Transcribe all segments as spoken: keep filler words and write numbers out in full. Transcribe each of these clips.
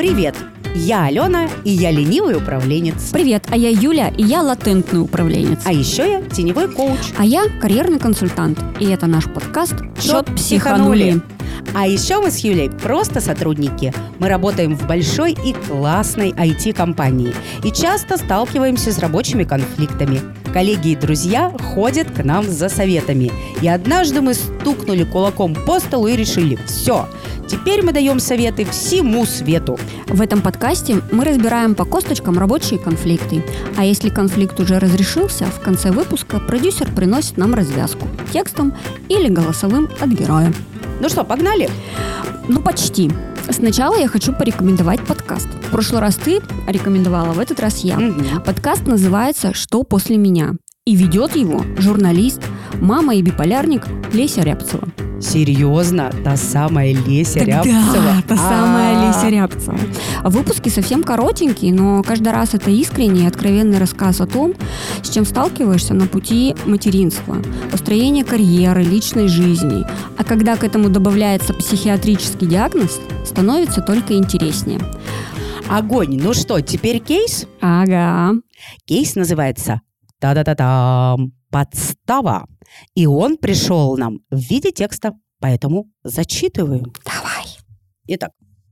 Привет! Я Алена, и я ленивый управленец. Привет, а я Юля, и я латентный управленец. А еще я теневой коуч. А я карьерный консультант. И это наш подкаст «Чё психанули?». А еще мы с Юлей просто сотрудники. Мы работаем в большой и классной ай ти-компании и часто сталкиваемся с рабочими конфликтами. Коллеги и друзья ходят к нам за советами. И однажды мы стукнули кулаком по столу и решили: все, теперь мы даем советы всему свету. В этом подкасте мы разбираем по косточкам рабочие конфликты. А если конфликт уже разрешился, в конце выпуска продюсер приносит нам развязку текстом или голосовым от героя. Ну что, погнали? Ну, почти. Сначала я хочу порекомендовать подкаст. В прошлый раз ты рекомендовала, в этот раз я. Угу. Подкаст называется «Что после меня?» И ведет его журналист, мама и биполярник Леся Рябцева. Серьезно? Та самая Леся Рябцева? Да, та самая Леся Рябцева. Выпуски совсем коротенькие, но каждый раз это искренний и откровенный рассказ о том, с чем сталкиваешься на пути материнства, построения карьеры, личной жизни. А когда к этому добавляется психиатрический диагноз, становится только интереснее. Огонь! Ну что, теперь кейс? Ага. Кейс называется «Та-да-да-дам! Подстава!» И он пришел нам в виде текста, поэтому зачитываю. Давай. Итак.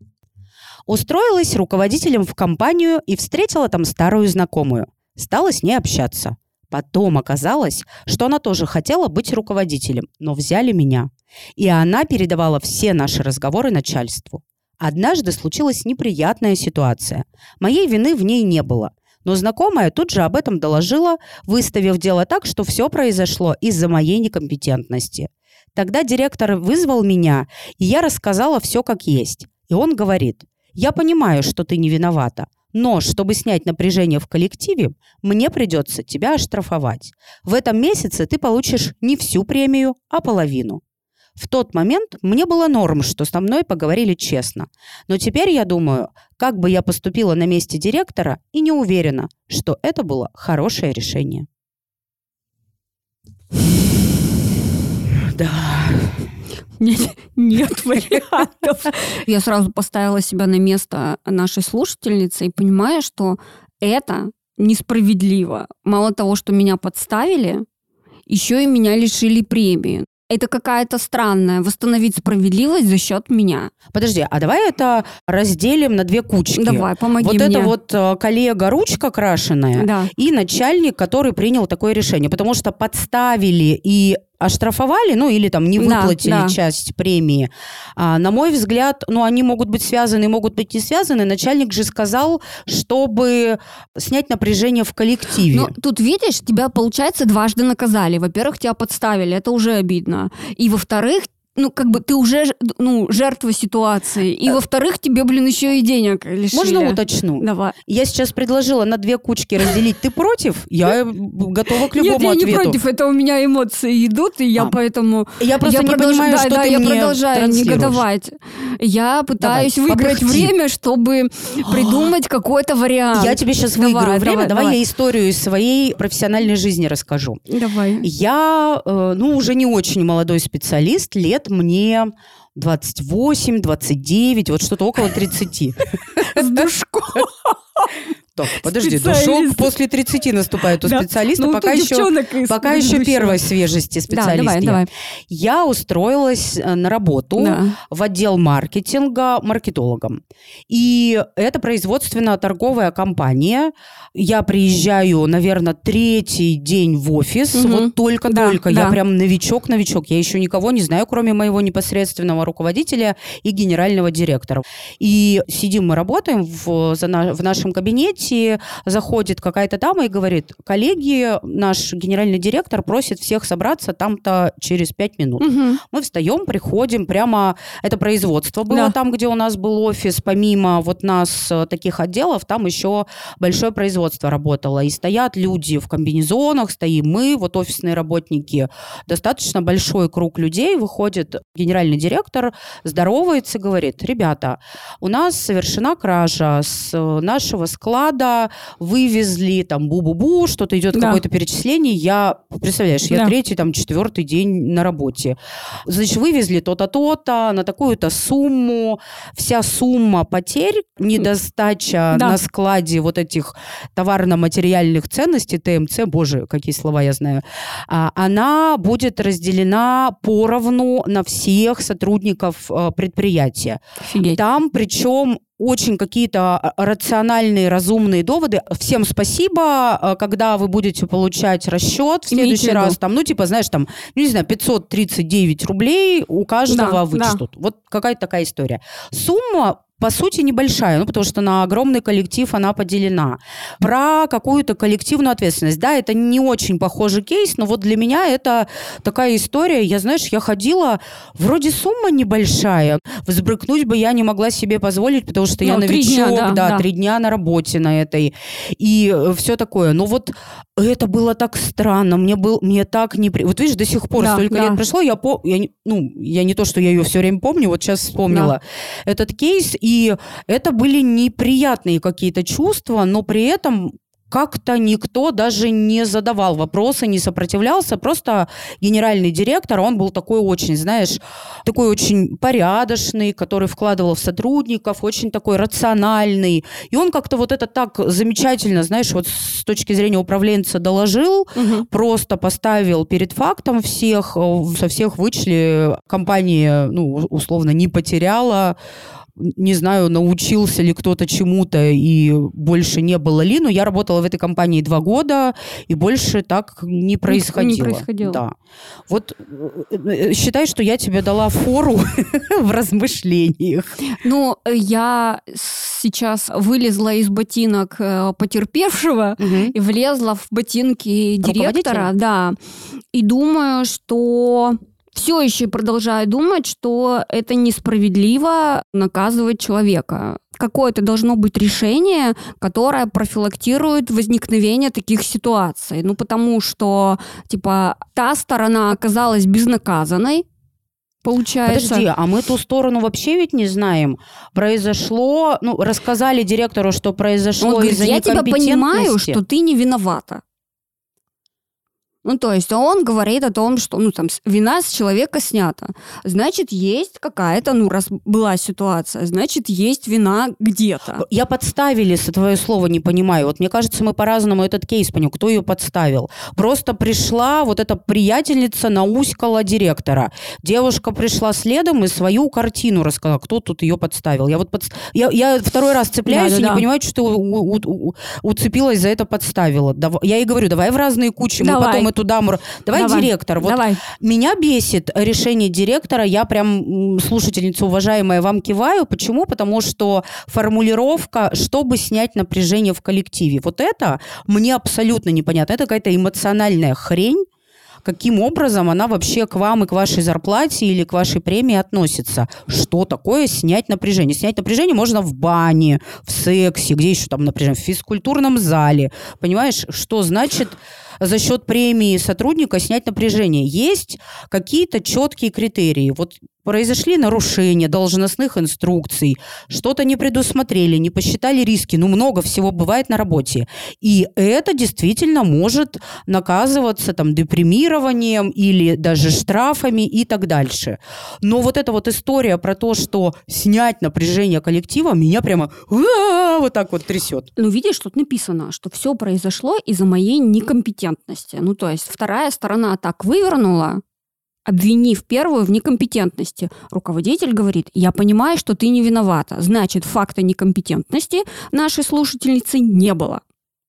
Устроилась руководителем в компанию и встретила там старую знакомую. Стала с ней общаться. Потом оказалось, что она тоже хотела быть руководителем, но взяли меня. И она передавала все наши разговоры начальству. Однажды случилась неприятная ситуация. Моей вины в ней не было. Но знакомая тут же об этом доложила, выставив дело так, что все произошло из-за моей некомпетентности. Тогда директор вызвал меня, и я рассказала все как есть. И он говорит: «Я понимаю, что ты не виновата, но чтобы снять напряжение в коллективе, мне придется тебя оштрафовать. В этом месяце ты получишь не всю премию, а половину». В тот момент мне было норм, что со мной поговорили честно. Но теперь я думаю, как бы я поступила на месте директора, и не уверена, что это было хорошее решение. Да. Нет, нет вариантов. Я сразу поставила себя на место нашей слушательницы и понимаю, что это несправедливо. Мало того, что меня подставили, еще и меня лишили премии. Это какая-то странная восстановить справедливость за счет меня. Подожди, а давай это разделим на две кучки. Давай, помоги вот мне. Вот это вот коллега ручка крашеная, да. И начальник, который принял такое решение. Потому что подставили и оштрафовали, ну или там не выплатили да, да. часть премии. А, на мой взгляд, ну они могут быть связаны, могут быть не связаны. Начальник же сказал, чтобы снять напряжение в коллективе. Ну, тут, видишь, тебя, получается, дважды наказали. Во-первых, тебя подставили, это уже обидно. И, во-вторых, ну, как бы ты уже, ну, жертва ситуации. И, во-вторых, тебе, блин, еще и денег лишили. Можно уточню? Давай. Я сейчас предложила на две кучки разделить. Ты против? Я готова к любому ответу. Нет, я не против. Это у меня эмоции идут, и я а. поэтому... Я просто я не продолж... понимаю, да, что да, ты я мне продолжаю негодовать. Я пытаюсь давай, выиграть попыхти. время, чтобы придумать какой-то вариант. Я тебе сейчас давай, выиграю время. Давай, давай, давай я историю из своей профессиональной жизни расскажу. Давай. Я, ну, уже не очень молодой специалист. Лет мне... двадцать восемь, двадцать девять, вот что-то около тридцати. С душком. Так, подожди, душок после тридцати наступает у специалиста, пока еще, пока еще первой свежести специалист. Да, давай, давай. Я устроилась на работу да. в отдел маркетинга маркетологом. И это производственно-торговая компания. Я приезжаю, наверное, третий день в офис, угу. вот только-только. Да, я да. прям новичок-новичок. Я еще никого не знаю, кроме моего непосредственного руководителя и генерального директора. И сидим мы, работаем в, за на, в нашем кабинете, заходит какая-то дама и говорит: коллеги, наш генеральный директор просит всех собраться там-то через пять минут. Угу. Мы встаем, приходим, прямо это производство было да. там, где у нас был офис, помимо вот нас таких отделов, там еще большое производство работало. И стоят люди в комбинезонах, стоим мы, вот офисные работники, достаточно большой круг людей, выходит генеральный директор, здоровается, говорит: ребята, у нас совершена кража с нашего склада, года вывезли там бу-бу-бу, что-то идет, да. какое-то перечисление. Я, представляешь, я да. третий, там, четвертый день на работе. Значит, вывезли то-то, то-то, на такую-то сумму. Вся сумма потерь, недостача да. на складе вот этих товарно-материальных ценностей, ТМЦ, боже, какие слова я знаю, она будет разделена поровну на всех сотрудников предприятия. Офигеть. Там, причем, очень какие-то рациональные, разумные доводы. Всем спасибо, когда вы будете получать расчет в следующий раз. Там, ну, типа, знаешь, там, ну, не знаю, пятьсот тридцать девять рублей у каждого да, вычтут. Да. Вот какая-то такая история. Сумма, по сути, небольшая, ну, потому что на огромный коллектив она поделена. Про какую-то коллективную ответственность. Да, это не очень похожий кейс, но вот для меня это такая история. Я, знаешь, я ходила, вроде сумма небольшая, взбрыкнуть бы я не могла себе позволить, потому что ну, я новичок, дня, да, да, да, три дня на работе на этой, и все такое. Но вот это было так странно, мне, был, мне так не... Вот видишь, до сих пор да, столько да. лет прошло, я, по... я, ну, я не то, что я ее все время помню, вот сейчас вспомнила да. этот кейс, и это были неприятные какие-то чувства, но при этом как-то никто даже не задавал вопросы, не сопротивлялся. Просто генеральный директор, он был такой очень, знаешь, такой очень порядочный, который вкладывал в сотрудников, очень такой рациональный. И он как-то вот это так замечательно, знаешь, вот с точки зрения управленца доложил, угу. просто поставил перед фактом всех, со всех вычли, компания, ну, условно, не потеряла. Не знаю, научился ли кто-то чему-то и больше не было ли, но я работала в этой компании два года, и больше так не происходило. Не происходило. Да. Вот считай, что я тебе дала фору в размышлениях. Ну, я сейчас вылезла из ботинок потерпевшего угу. и влезла в ботинки директора. Да. И думаю, что... Все еще продолжаю думать, что это несправедливо наказывать человека. Какое-то должно быть решение, которое профилактирует возникновение таких ситуаций. Ну, потому что, типа, та сторона оказалась безнаказанной, получается. Подожди, а мы ту сторону вообще ведь не знаем. Произошло, ну, рассказали директору, что произошло из-за некомпетентности. Я тебя понимаю, что ты не виновата. Ну, то есть он говорит о том, что ну, там, вина с человека снята. Значит, есть какая-то, ну, раз была ситуация, значит, есть вина где-то. Я подставили, твое слово не понимаю. Вот мне кажется, мы по-разному этот кейс поняли. Кто ее подставил? Просто пришла вот эта приятельница, науськала директора. Девушка пришла следом и свою картину рассказала. Кто тут ее подставил? Я вот под... я, я второй раз цепляюсь да, да, и да. не понимаю, что ты у, у, у, уцепилась за это, подставила. Я ей говорю, давай в разные кучи, мы давай. потом туда... Давай, Давай директор. Вот Давай. Меня бесит решение директора. Я прям, слушательница уважаемая, вам киваю. Почему? Потому что формулировка, чтобы снять напряжение в коллективе. Вот это мне абсолютно непонятно. Это какая-то эмоциональная хрень. Каким образом она вообще к вам и к вашей зарплате или к вашей премии относится? Что такое снять напряжение? Снять напряжение можно в бане, в сексе, где еще там напряжение? В физкультурном зале. Понимаешь, что значит за счет премии сотрудника снять напряжение? Есть какие-то четкие критерии. Вот произошли нарушения должностных инструкций, что-то не предусмотрели, не посчитали риски. Ну, много всего бывает на работе. И это действительно может наказываться там депримированием или даже штрафами и так дальше. Но вот эта вот история про то, что снять напряжение коллектива, меня прямо вот так вот трясет. Ну, видишь, тут написано, что все произошло из-за моей некомпетентности. Ну, то есть вторая сторона так вывернула, обвинив первую в некомпетентности. Руководитель говорит, я понимаю, что ты не виновата. Значит, факта некомпетентности нашей слушательницы не было.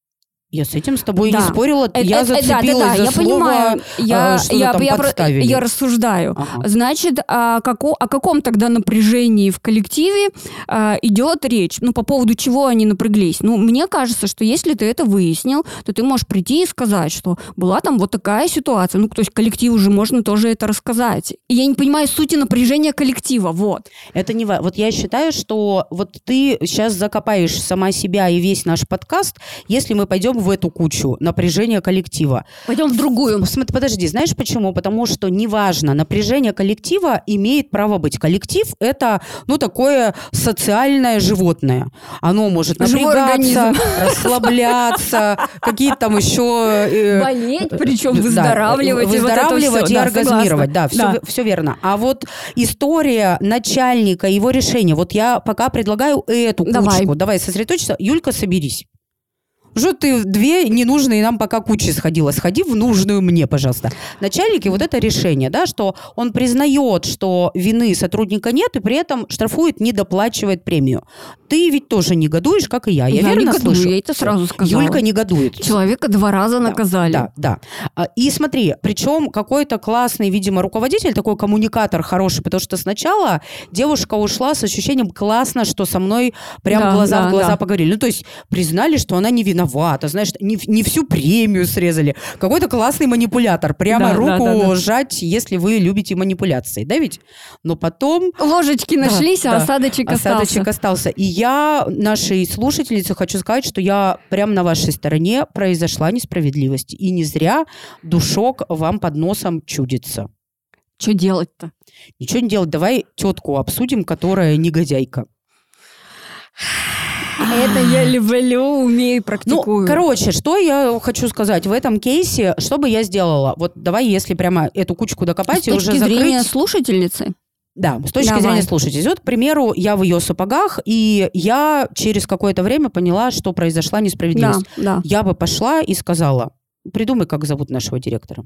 Я с этим с тобой да. не спорила, это, я это, зацепилась да, да, да, за я слово, понимаю. Я, что я, там я, подставили. Я рассуждаю. Ага. Значит, о, како, о каком тогда напряжении в коллективе а, идет речь? Ну, по поводу чего они напряглись? Ну, мне кажется, что если ты это выяснил, то ты можешь прийти и сказать, что была там вот такая ситуация. Ну, то есть коллективу же можно тоже это рассказать. И я не понимаю сути напряжения коллектива, вот. Это не... Вот я считаю, что вот ты сейчас закопаешь сама себя и весь наш подкаст, если мы пойдем в в эту кучу напряжение коллектива. Пойдем в другую. Смотри, подожди, знаешь почему? Потому что неважно, напряжение коллектива имеет право быть. Коллектив – это, ну, такое социальное животное. Оно может напрягаться, расслабляться, какие-то там еще... Болеть, причем выздоравливать. Выздоравливать и оргазмировать, да, все верно. А вот история начальника, его решения, вот я пока предлагаю эту кучку. Давай сосредоточиться. Юлька, соберись. Что ты две ненужные нам пока кучи сходила. Сходи в нужную мне, пожалуйста. Начальники, вот это решение, да, что он признает, что вины сотрудника нет, и при этом штрафует, не доплачивает премию. Ты ведь тоже негодуешь, как и я. Я, я верно негодую, слышу? Я это сразу сказала. Юлька негодует. Человека два раза наказали. Да, да, да. И смотри, причем какой-то классный, видимо, руководитель, такой коммуникатор хороший, потому что сначала девушка ушла с ощущением классно, что со мной прям да, глаза да, в глаза да. поговорили. Ну, то есть признали, что она не виновата, знаешь, не, не всю премию срезали. Какой-то классный манипулятор. Прямо да, руку да, да, да. жать, если вы любите манипуляции, да ведь? Но потом... Ложечки нашлись, да, а да, осадочек остался. Осадочек остался. И я нашей слушательнице хочу сказать, что я прям на вашей стороне, произошла несправедливость. И не зря душок вам под носом чудится. Что делать-то? Ничего не делать. Давай тетку обсудим, которая негодяйка. Это я люблю, умею, практикую. Ну, короче, что я хочу сказать в этом кейсе, что бы я сделала? Вот давай, если прямо эту кучку докопать и уже закрыть. С точки зрения слушательницы? Да, с точки Давай. зрения слушателей. Вот, к примеру, я в ее сапогах, и я через какое-то время поняла, что произошла несправедливость. Да, да. Я бы пошла и сказала, придумай, как зовут нашего директора.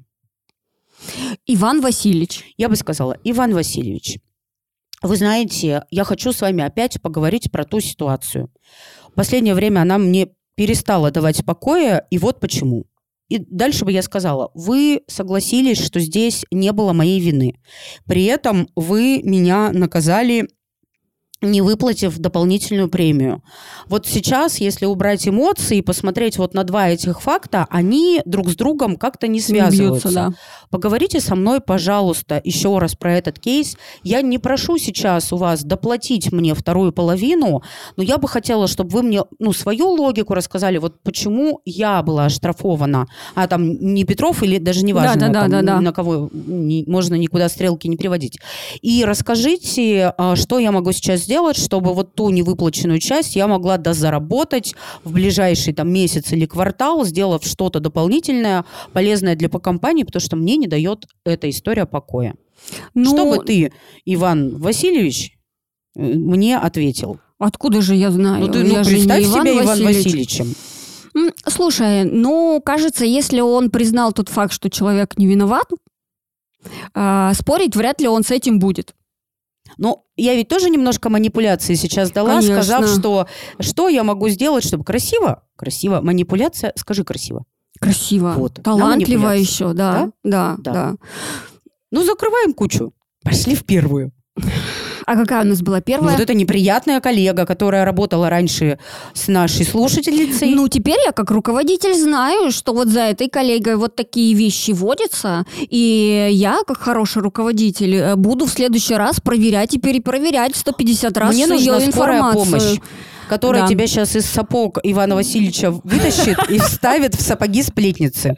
Иван Васильевич. Я бы сказала, Иван Васильевич, вы знаете, я хочу с вами опять поговорить про ту ситуацию. В последнее время она мне перестала давать покоя, и вот почему. И дальше бы я сказала, вы согласились, что здесь не было моей вины. При этом вы меня наказали, не выплатив дополнительную премию. Вот сейчас, если убрать эмоции и посмотреть вот на два этих факта, они друг с другом как-то не связываются. Бьются, да. Поговорите со мной, пожалуйста, еще раз про этот кейс. Я не прошу сейчас у вас доплатить мне вторую половину, но я бы хотела, чтобы вы мне ну, свою логику рассказали, вот почему я была оштрафована, а там не Петров или даже не важно, да, да, там, да, да, на да. кого не, можно никуда стрелки не приводить. И расскажите, что я могу сейчас сделать, сделать, чтобы вот ту невыплаченную часть я могла дозаработать в ближайший там месяц или квартал, сделав что-то дополнительное, полезное для компании, потому что мне не дает эта история покоя. Ну, чтобы ты, Иван Васильевич, мне ответил. Откуда же я знаю? Ну, ты, я ну, же представь не Иван себя Иван Васильевич. Васильевичем. Слушай, ну, кажется, если он признал тот факт, что человек не виноват, э, спорить вряд ли он с этим будет. Ну, я ведь тоже немножко манипуляции сейчас дала, Конечно. Сказав, что что я могу сделать, чтобы красиво, красиво, манипуляция, скажи красиво. Красиво, вот, талантливо еще, да, да, да, да. да. Ну, закрываем кучу, пошли в первую. А какая у нас была первая? Ну, вот эта неприятная коллега, которая работала раньше с нашей слушательницей. Ну, теперь я как руководитель знаю, что вот за этой коллегой вот такие вещи водятся, и я, как хороший руководитель, буду в следующий раз проверять и перепроверять сто пятьдесят раз Мне ее нужна информацию. Скорая помощь, которая да. тебя сейчас из сапог Ивана Васильевича вытащит и вставит в сапоги сплетницы.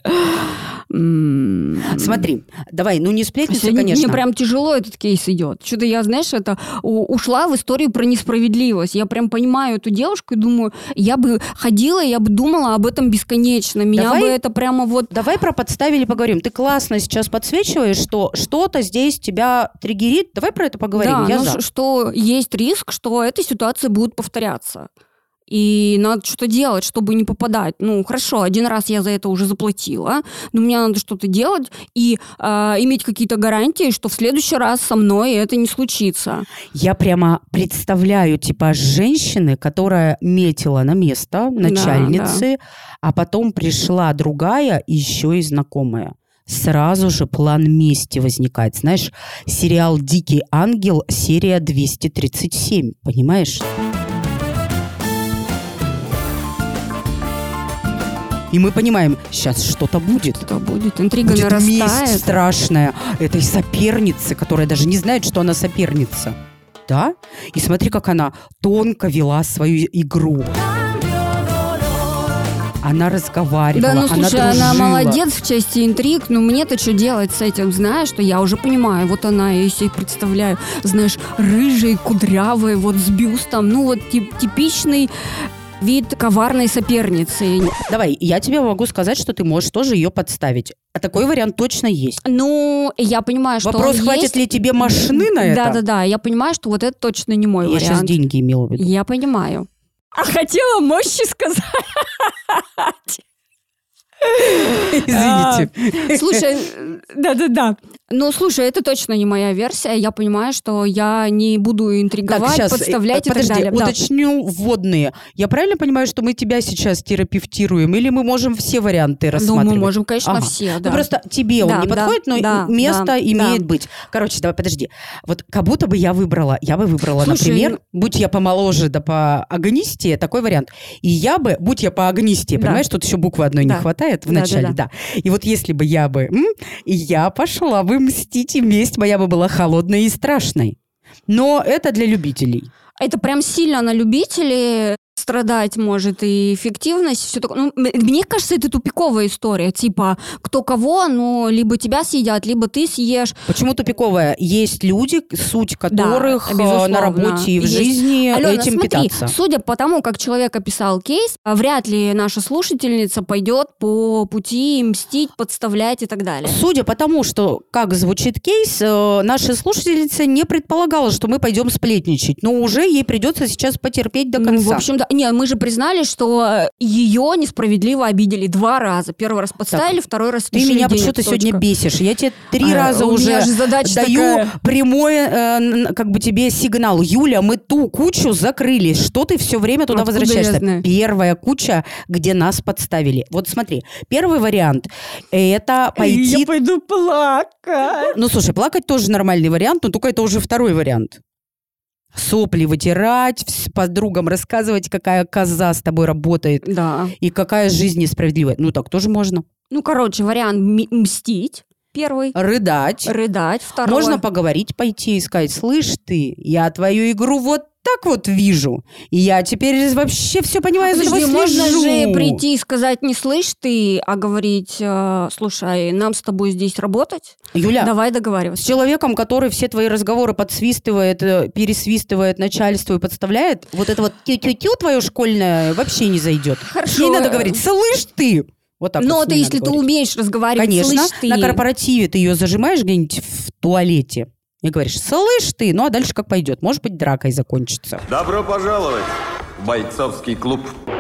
Смотри, давай, ну не сплетница, Мне, конечно. Мне прям тяжело этот кейс идет. Что-то я, знаешь, это у, ушла в историю про несправедливость. Я прям понимаю эту девушку и думаю, я бы ходила, я бы думала об этом бесконечно. Меня давай, бы это прямо вот... Давай про подставили поговорим. Ты классно сейчас подсвечиваешь, что что-то здесь тебя триггерит. Давай про это поговорим. Да, я ну, за. Что есть риск, что эта ситуация будет повторяться. И надо что-то делать, чтобы не попадать. Ну, хорошо, один раз я за это уже заплатила, но мне надо что-то делать и э, иметь какие-то гарантии, что в следующий раз со мной это не случится. Я прямо представляю типа женщины, которая метила на место начальницы, да, да. а потом пришла другая, еще и знакомая. Сразу же план мести возникает. Знаешь, сериал «Дикий ангел», серия двести тридцать семь, понимаешь? И мы понимаем, сейчас что-то будет. Что-то будет. Интрига будет нарастает. Месть страшная этой соперницы, которая даже не знает, что она соперница. Да? И смотри, как она тонко вела свою игру. она разговаривала, Да, ну слушай, она дружила. она молодец в части интриг, но мне-то что делать с этим, знаешь, что я уже понимаю, вот она, я себе представляю, знаешь, рыжий, кудрявый, вот с бюстом, ну вот тип- типичный вид коварной соперницы. Давай, я тебе могу сказать, что ты можешь тоже ее подставить. А такой вариант точно есть. Ну, я понимаю, что Вопрос, он хватит есть. ли тебе машины на это? Да-да-да, я понимаю, что вот это точно не мой Я вариант. сейчас деньги имела в виду. Я понимаю. А хотела мощи сказать. Извините. Слушай, да-да-да. Ну, слушай, это точно не моя версия. Я понимаю, что я не буду интриговать, щас, подставлять и подожди, так далее. Да. уточню вводные. Я правильно понимаю, что мы тебя сейчас терапевтируем, или мы можем все варианты Ну, рассматривать? мы можем, конечно, Ага. все, Ну, да. просто тебе он Да, не да, подходит, но да, место да, имеет да. быть. Короче, давай, подожди. Вот как будто бы я выбрала, я бы выбрала, Слушай, например, будь я помоложе да по агонистии, такой вариант. И я бы, будь я по агонистии, Да. понимаешь, тут еще буквы одной Да. не хватает в Да, начале, да, да. И вот если бы я бы, м, я пошла бы мстить, и месть моя бы была холодной и страшной. Но это для любителей. Это прям сильно на любителей страдать может, и эффективность, все такое. Ну, м- мне кажется, это тупиковая история. Типа, кто кого, ну, либо тебя съедят, либо ты съешь. Почему тупиковая? Есть люди, суть которых э, безусловно. на работе и в Есть. жизни Алена, этим смотри, питаться. судя по тому, как человек описал кейс, вряд ли наша слушательница пойдет по пути мстить, подставлять и так далее. Судя по тому, что как звучит кейс, э, наша слушательница не предполагала, что мы пойдем сплетничать, но уже ей придется сейчас потерпеть до конца. Ну, в общем, да. Не, мы же признали, что ее несправедливо обидели два раза. Первый раз подставили, второй раз Ты лишили меня денег, почему-то точка. сегодня бесишь. Я тебе три А, раза у уже меня же задача даю такая. прямой, э, н- как бы тебе сигнал. Юля, мы ту кучу закрыли. Что ты все время туда Откуда возвращаешься? я знаю? Первая куча, где нас подставили. Вот смотри, первый вариант – это пойти... Я пойду плакать. Ну, слушай, плакать тоже нормальный вариант, но только это уже второй вариант. Сопли вытирать, вс- подругам рассказывать, какая коза с тобой работает Да. и какая жизнь несправедливая. Ну, так тоже можно. Ну, короче, вариант м- мстить. Первый. Рыдать. Рыдать. Второй. Можно поговорить, пойти и сказать: слышь ты, я твою игру вот так вот вижу, и я теперь вообще все понимаю, за тобой Подожди, можно слежу. же прийти и сказать: не слышь ты, а говорить: э, слушай, нам с тобой здесь работать, Юля, давай с договариваться. человеком, который все твои разговоры подсвистывает, э, пересвистывает начальству и подставляет, вот это вот тю-тю-тю твое школьное вообще не зайдет. Хорошо. С ней надо говорить: слышь ты. Вот так Но вот с ты, ней если надо ты говорить. умеешь разговаривать, Конечно, слышь ты. на корпоративе ты ее зажимаешь где-нибудь в туалете и говоришь: слышь ты, ну а дальше как пойдет. Может быть, дракой закончится. Добро пожаловать в бойцовский клуб.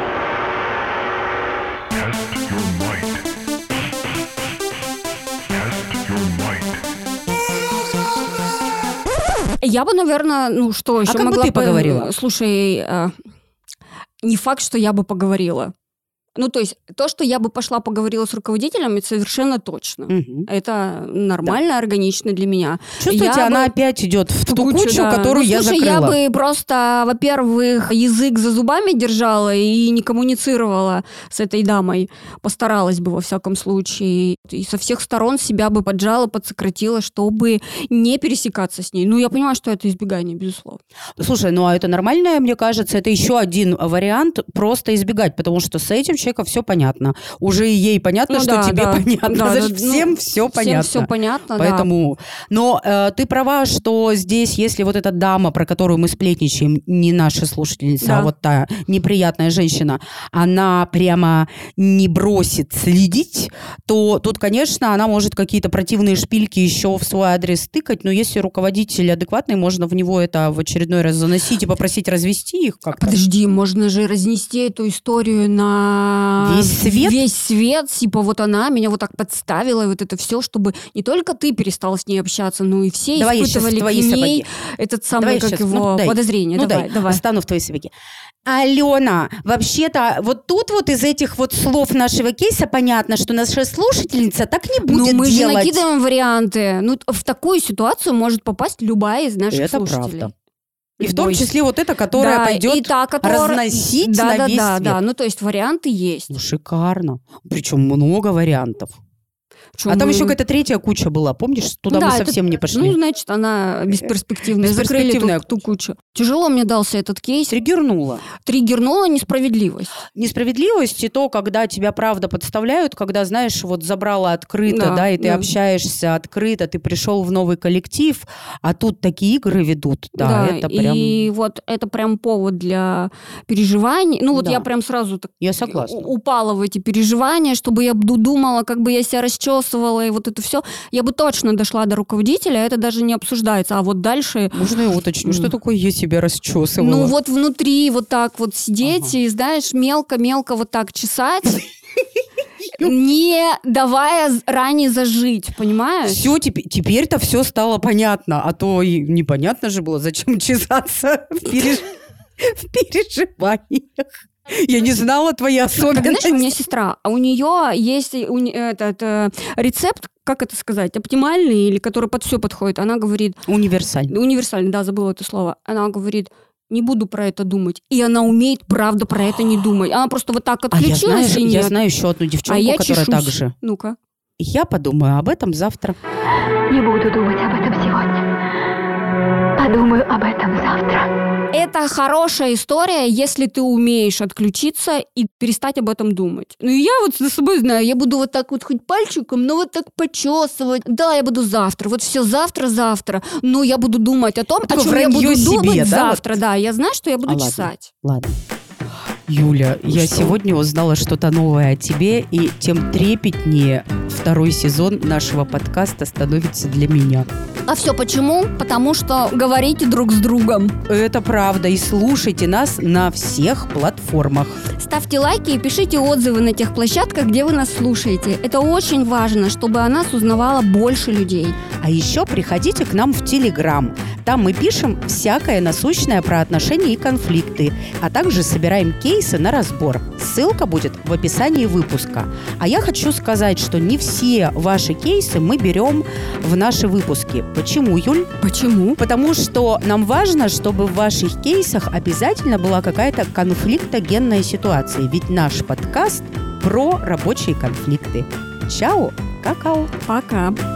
Я бы, наверное, ну что еще как бы могла ты по- поговорила? Слушай, э, не факт, что я бы поговорила. Ну, то есть, то, что я бы пошла поговорила с руководителем, это совершенно точно. Мгм. Это нормально, органично для меня. Чувствуете, Я она бы- опять идет в ту кучу, да. которую Ну, я слушай, закрыла. я бы просто, во-первых, язык за зубами держала и не коммуницировала с этой дамой. Постаралась бы, во всяком случае. И со всех сторон себя бы поджала, подсократила, чтобы не пересекаться с ней. Ну, я понимаю, что это избегание, безусловно. Слушай, ну а это нормально, мне кажется, это еще один вариант просто избегать, потому что с этим человеком все понятно. Уже и ей понятно, Ну что да, тебе да. понятно. Да, Значит, да, всем ну, все Всем понятно. все понятно, да. Поэтому, но э, ты права, что здесь, если вот эта дама, про которую мы сплетничаем, не наша слушательница, Да. а вот та неприятная женщина, она прямо не бросит следить, то тут, конечно, она может какие-то противные шпильки еще в свой адрес тыкать, но если руководитель адекватный, можно в него это в очередной раз заносить и попросить развести их как-то. Подожди, можно же разнести эту историю на Весь свет? Весь свет, типа вот она меня вот так подставила, и вот это все, чтобы не только ты перестал с ней общаться, но и все Давай я щас испытывали в твои к ней сапоги. этот самый, Давай как щас, его, ну, дай. подозрение. Ну, давай, дай, давай. встану в твои сапоги. Алена, вообще-то вот тут вот из этих вот слов нашего кейса понятно, что наша слушательница так не будет Ну, мы же делать. накидываем варианты. Ну, в такую ситуацию может попасть любая из наших Это слушателей. правда. И в том Любой. числе вот эта, которая Да, пойдет и та, которая- разносить да, на да, весь да, свет. да. Ну, то есть варианты есть. Ну, шикарно. Причем много вариантов. А там еще какая-то третья куча была, помнишь? Туда да, мы совсем это, не пошли. Ну, значит, она бесперспективная. Бесперспективная. Закрыли ту, ту кучу. Тяжело мне дался этот кейс. Триггернула. Триггернула несправедливость. Несправедливость и то, когда тебя правда подставляют, когда, знаешь, вот забрала открыто, да, Да, и ты да. общаешься открыто, ты пришел в новый коллектив, а тут такие игры ведут. Да, Да, это прям... и вот это прям повод для переживаний. Ну, вот Да. я прям сразу так Я согласна. у- упала в эти переживания, чтобы я б- думала, как бы я себя расчесывала, и вот это все. Я бы точно дошла до руководителя, это даже не обсуждается. А вот дальше... Можно я уточню, что такое я себя расчесывала? Ну, вот внутри вот так вот сидеть Ага. и, знаешь, мелко-мелко вот так чесать, не давая з- ране зажить, понимаешь? Все, теперь, теперь-то все стало понятно, а то и непонятно же было, зачем чесаться в, переж... в переживаниях. Я не знала твои Ты знаешь, у особенности. меня сестра, а у нее есть у не- этот э, рецепт, как это сказать, оптимальный или который под все подходит. Она говорит, Универсально. универсальный, да, забыла это слово. Она говорит, не буду про это думать. И она умеет, правда, про это не думать. Она просто вот так А я отключилась знаю, и я нет. знаю еще одну девчонку, а я которая чешусь. так же. Ну-ка. Я подумаю об этом завтра. Не буду думать об этом сегодня. Подумаю об этом завтра. Это хорошая история, если ты умеешь отключиться и перестать об этом думать. Ну, и я вот за собой знаю, я буду вот так вот хоть пальчиком, но вот так почесывать. Да, я буду завтра, вот все завтра-завтра. Но я буду думать о том, о Такое чем я вранье буду себе, думать да, завтра. Да, я знаю, что я буду А, ладно. чесать. Ладно. Юля, я Что? сегодня узнала что-то новое о тебе, и тем трепетнее второй сезон нашего подкаста становится для меня. А все почему? Потому что говорите друг с другом. Это правда, и слушайте нас на всех платформах. Ставьте лайки и пишите отзывы на тех площадках, где вы нас слушаете. Это очень важно, чтобы о нас узнавало больше людей. А еще приходите к нам в Телеграм. Там мы пишем всякое насущное про отношения и конфликты, а также собираем кейсы на разбор. Ссылка будет в описании выпуска. А я хочу сказать, что не все ваши кейсы мы берем в наши выпуски. Почему, Юль? Почему? Потому что нам важно, чтобы в ваших кейсах обязательно была какая-то конфликтогенная ситуация. Ведь наш подкаст про рабочие конфликты. Чао, какао. Пока.